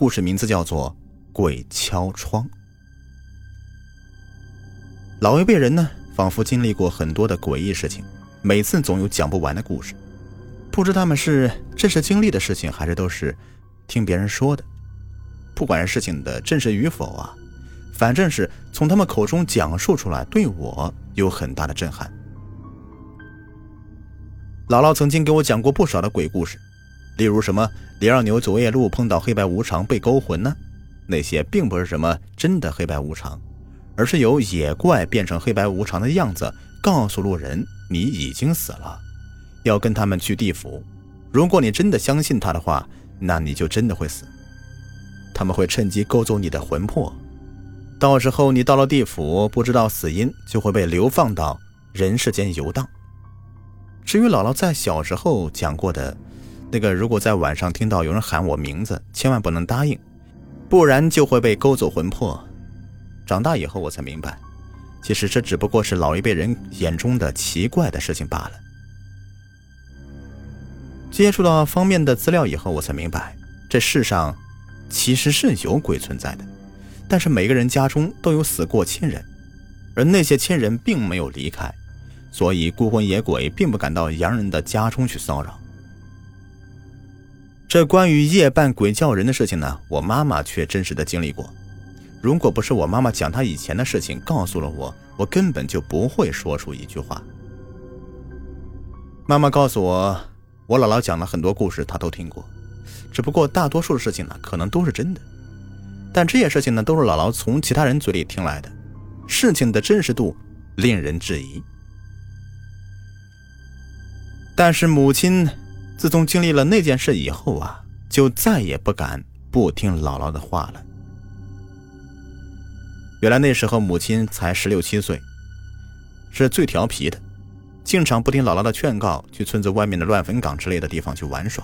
故事名字叫做鬼敲窗。老一辈人呢，仿佛经历过很多的诡异事情，每次总有讲不完的故事，不知他们是真实经历的事情，还是都是听别人说的。不管是事情的真实与否啊，反正是从他们口中讲述出来，对我有很大的震撼。姥姥曾经给我讲过不少的鬼故事，例如什么李二牛走夜路碰到黑白无常被勾魂呢，那些并不是什么真的黑白无常，而是由野怪变成黑白无常的样子，告诉路人你已经死了，要跟他们去地府，如果你真的相信他的话，那你就真的会死，他们会趁机勾走你的魂魄，到时候你到了地府，不知道死因，就会被流放到人世间游荡。至于姥姥在小时候讲过的那个，如果在晚上听到有人喊我名字，千万不能答应，不然就会被勾走魂魄。长大以后我才明白，其实这只不过是老一辈人眼中的奇怪的事情罢了。接触到方面的资料以后，我才明白，这世上其实是有鬼存在的，但是每个人家中都有死过亲人，而那些亲人并没有离开，所以孤魂野鬼并不敢到洋人的家中去骚扰。这关于夜半鬼叫人的事情呢，我妈妈却真实的经历过。如果不是我妈妈讲她以前的事情告诉了我，我根本就不会说出一句话。妈妈告诉我，我姥姥讲了很多故事她都听过，只不过大多数的事情呢可能都是真的，但这些事情呢都是姥姥从其他人嘴里听来的，事情的真实度令人质疑。但是母亲自从经历了那件事以后啊，就再也不敢不听姥姥的话了。原来那时候母亲才16、17岁，是最调皮的，经常不听姥姥的劝告，去村子外面的乱坟岗之类的地方去玩耍。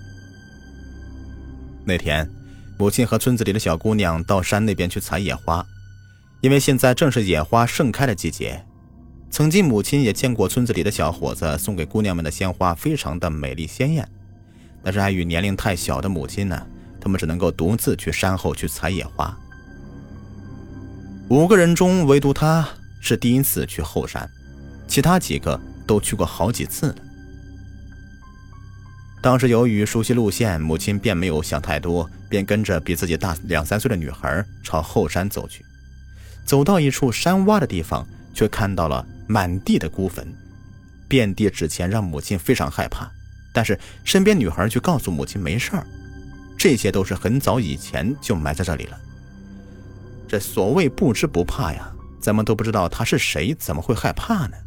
那天母亲和村子里的小姑娘到山那边去采野花，因为现在正是野花盛开的季节，曾经母亲也见过村子里的小伙子送给姑娘们的鲜花非常的美丽鲜艳，但是碍于年龄太小的母亲呢，他们只能够独自去山后去采野花。5个人中唯独她是第一次去后山，其他几个都去过好几次了。当时由于熟悉路线，母亲便没有想太多，便跟着比自己大2、3岁的女孩朝后山走去。走到一处山洼的地方，却看到了满地的孤坟，遍地纸钱，让母亲非常害怕。但是身边女孩却告诉母亲没事儿，这些都是很早以前就埋在这里了。这所谓不知不怕呀，咱们都不知道他是谁，怎么会害怕呢？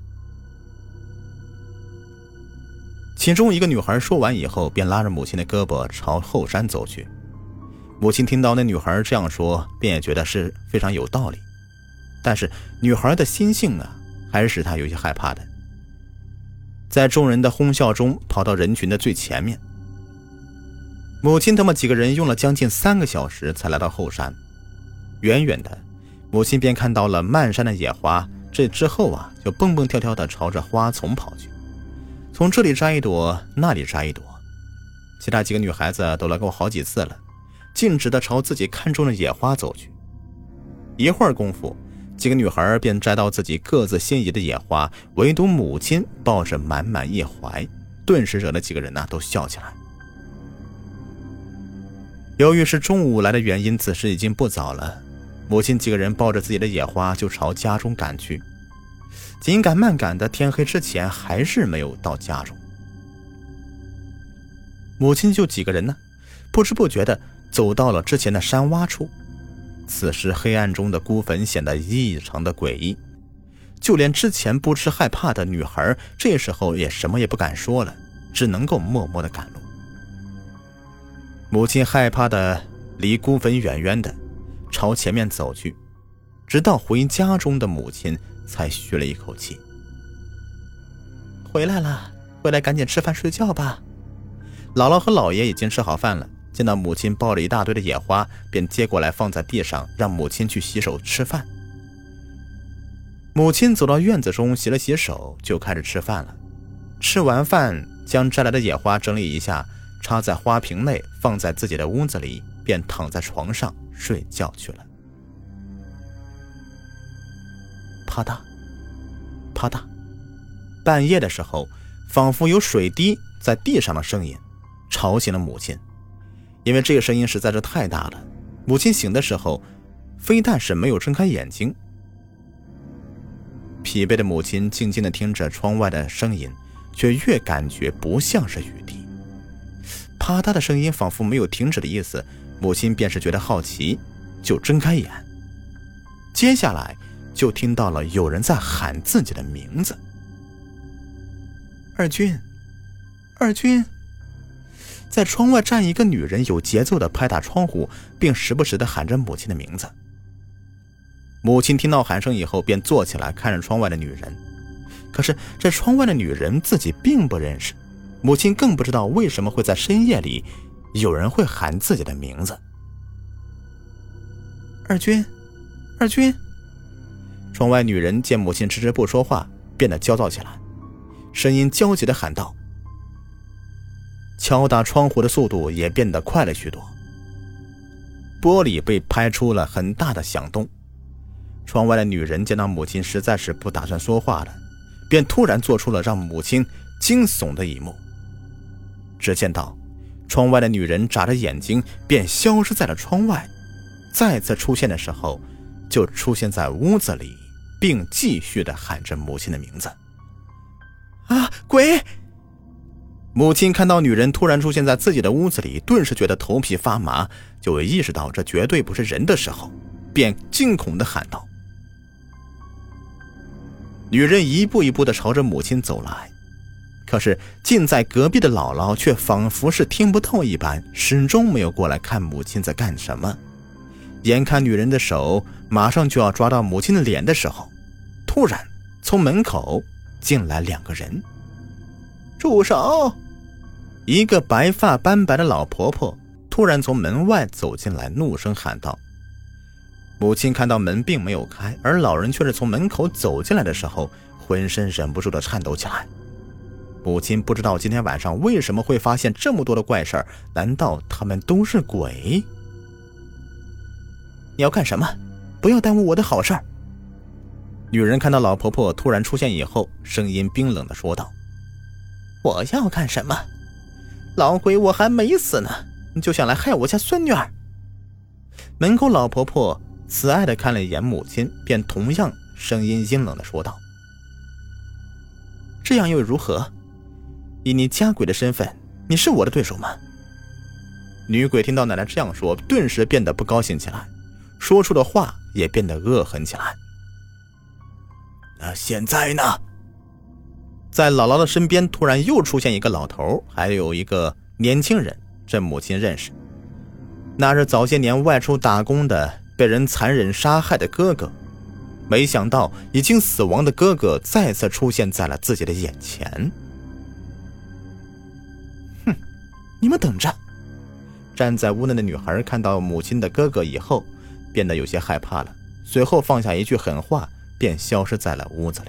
其中一个女孩说完以后，便拉着母亲的胳膊朝后山走去。母亲听到那女孩这样说，便也觉得是非常有道理，但是女孩的心性啊，还是使她有些害怕的。在众人的哄笑中跑到人群的最前面。母亲他们几个人用了将近3个小时才来到后山。远远的，母亲便看到了漫山的野花，这之后啊，就蹦蹦跳跳的朝着花丛跑去，从这里摘一朵，那里摘一朵。其他几个女孩子都来过好几次了，径直的朝自己看中的野花走去。一会儿功夫，几个女孩便摘到自己各自心仪的野花，唯独母亲抱着满满一怀，顿时惹了几个人都笑起来。由于是中午来的原因，此时已经不早了，母亲几个人抱着自己的野花就朝家中赶去。紧赶慢赶的，天黑之前还是没有到家中。母亲就几个人呢，不知不觉的走到了之前的山洼处。此时黑暗中的孤坟显得异常的诡异，就连之前不知害怕的女孩这时候也什么也不敢说了，只能够默默的赶路。母亲害怕的离孤坟远远的朝前面走去，直到回家中的母亲才吁了一口气。回来了，回来赶紧吃饭睡觉吧。姥姥和姥爷已经吃好饭了，见到母亲抱了一大堆的野花，便接过来放在地上，让母亲去洗手吃饭。母亲走到院子中洗了洗手，就开始吃饭了。吃完饭，将摘来的野花整理一下，插在花瓶内，放在自己的屋子里， 便躺在床上睡觉去了。啪嗒啪嗒，半夜的时候，仿佛有水滴在地上的声音吵醒了母亲。因为这个声音实在是太大了，母亲醒的时候非但是没有睁开眼睛。疲惫的母亲静静地听着窗外的声音，却越感觉不像是雨滴。啪嗒的声音仿佛没有停止的意思，母亲便是觉得好奇，就睁开眼。接下来就听到了有人在喊自己的名字：二军，二军。在窗外站一个女人，有节奏地拍打窗户，并时不时地喊着母亲的名字。母亲听到喊声以后，便坐起来看着窗外的女人。可是这窗外的女人自己并不认识，母亲更不知道为什么会在深夜里有人会喊自己的名字。二军，二军。窗外女人见母亲迟迟不说话，变得焦躁起来，声音焦急地喊道，敲打窗户的速度也变得快了许多，玻璃被拍出了很大的响动。窗外的女人见到母亲实在是不打算说话了，便突然做出了让母亲惊悚的一幕。只见到窗外的女人眨着眼睛便消失在了窗外，再次出现的时候就出现在屋子里，并继续地喊着母亲的名字。啊，鬼！母亲看到女人突然出现在自己的屋子里，顿时觉得头皮发麻，就意识到这绝对不是人的时候，便惊恐地喊道。女人一步一步地朝着母亲走来，可是近在隔壁的姥姥却仿佛是听不到一般，始终没有过来看母亲在干什么。眼看女人的手马上就要抓到母亲的脸的时候，突然从门口进来2个人。住手！一个白发斑白的老婆婆突然从门外走进来，怒声喊道。母亲看到门并没有开，而老人却是从门口走进来的时候，浑身忍不住的颤抖起来。母亲不知道今天晚上为什么会发现这么多的怪事儿，难道他们都是鬼？你要干什么？不要耽误我的好事儿。女人看到老婆婆突然出现以后，声音冰冷地说道。我要干什么？老鬼，我还没死呢，你就想来害我家孙女儿？门口老婆婆慈爱地看了一眼母亲，便同样声音阴冷地说道。这样又如何？以你家鬼的身份，你是我的对手吗？女鬼听到奶奶这样说，顿时变得不高兴起来，说出的话也变得恶狠起来。那现在呢？在姥姥的身边突然又出现一个老头，还有一个年轻人，这母亲认识，那是早些年外出打工的被人残忍杀害的哥哥。没想到已经死亡的哥哥再次出现在了自己的眼前。哼，你们等着！站在屋内的女孩看到母亲的哥哥以后，变得有些害怕了，随后放下一句狠话，便消失在了屋子里。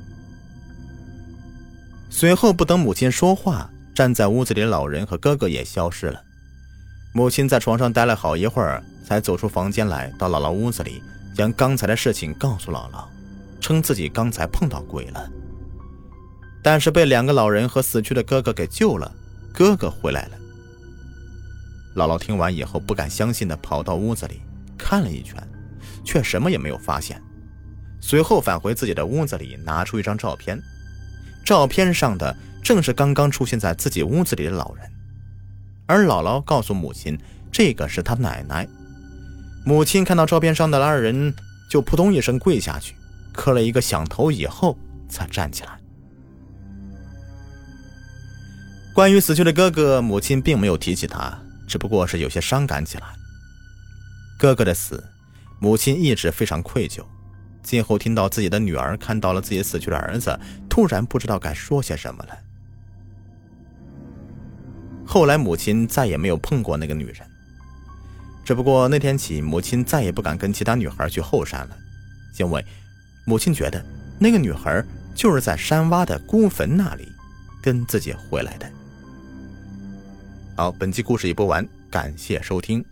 随后不等母亲说话，站在屋子里的老人和哥哥也消失了。母亲在床上待了好一会儿，才走出房间来，到姥姥屋子里，将刚才的事情告诉姥姥，称自己刚才碰到鬼了，但是被2个老人和死去的哥哥给救了，哥哥回来了。姥姥听完以后不敢相信地跑到屋子里看了一圈，却什么也没有发现，随后返回自己的屋子里，拿出一张照片，照片上的正是刚刚出现在自己屋子里的老人。而姥姥告诉母亲，这个是她奶奶。母亲看到照片上的2人，就扑通一声跪下去，磕了一个响头以后才站起来。关于死去的哥哥，母亲并没有提起他，只不过是有些伤感起来。哥哥的死，母亲一直非常愧疚，今后听到自己的女儿看到了自己死去的儿子，突然不知道该说些什么了。后来母亲再也没有碰过那个女人，只不过那天起，母亲再也不敢跟其他女孩去后山了，因为母亲觉得那个女孩就是在山洼的孤坟那里跟自己回来的。好，本期故事已播完，感谢收听。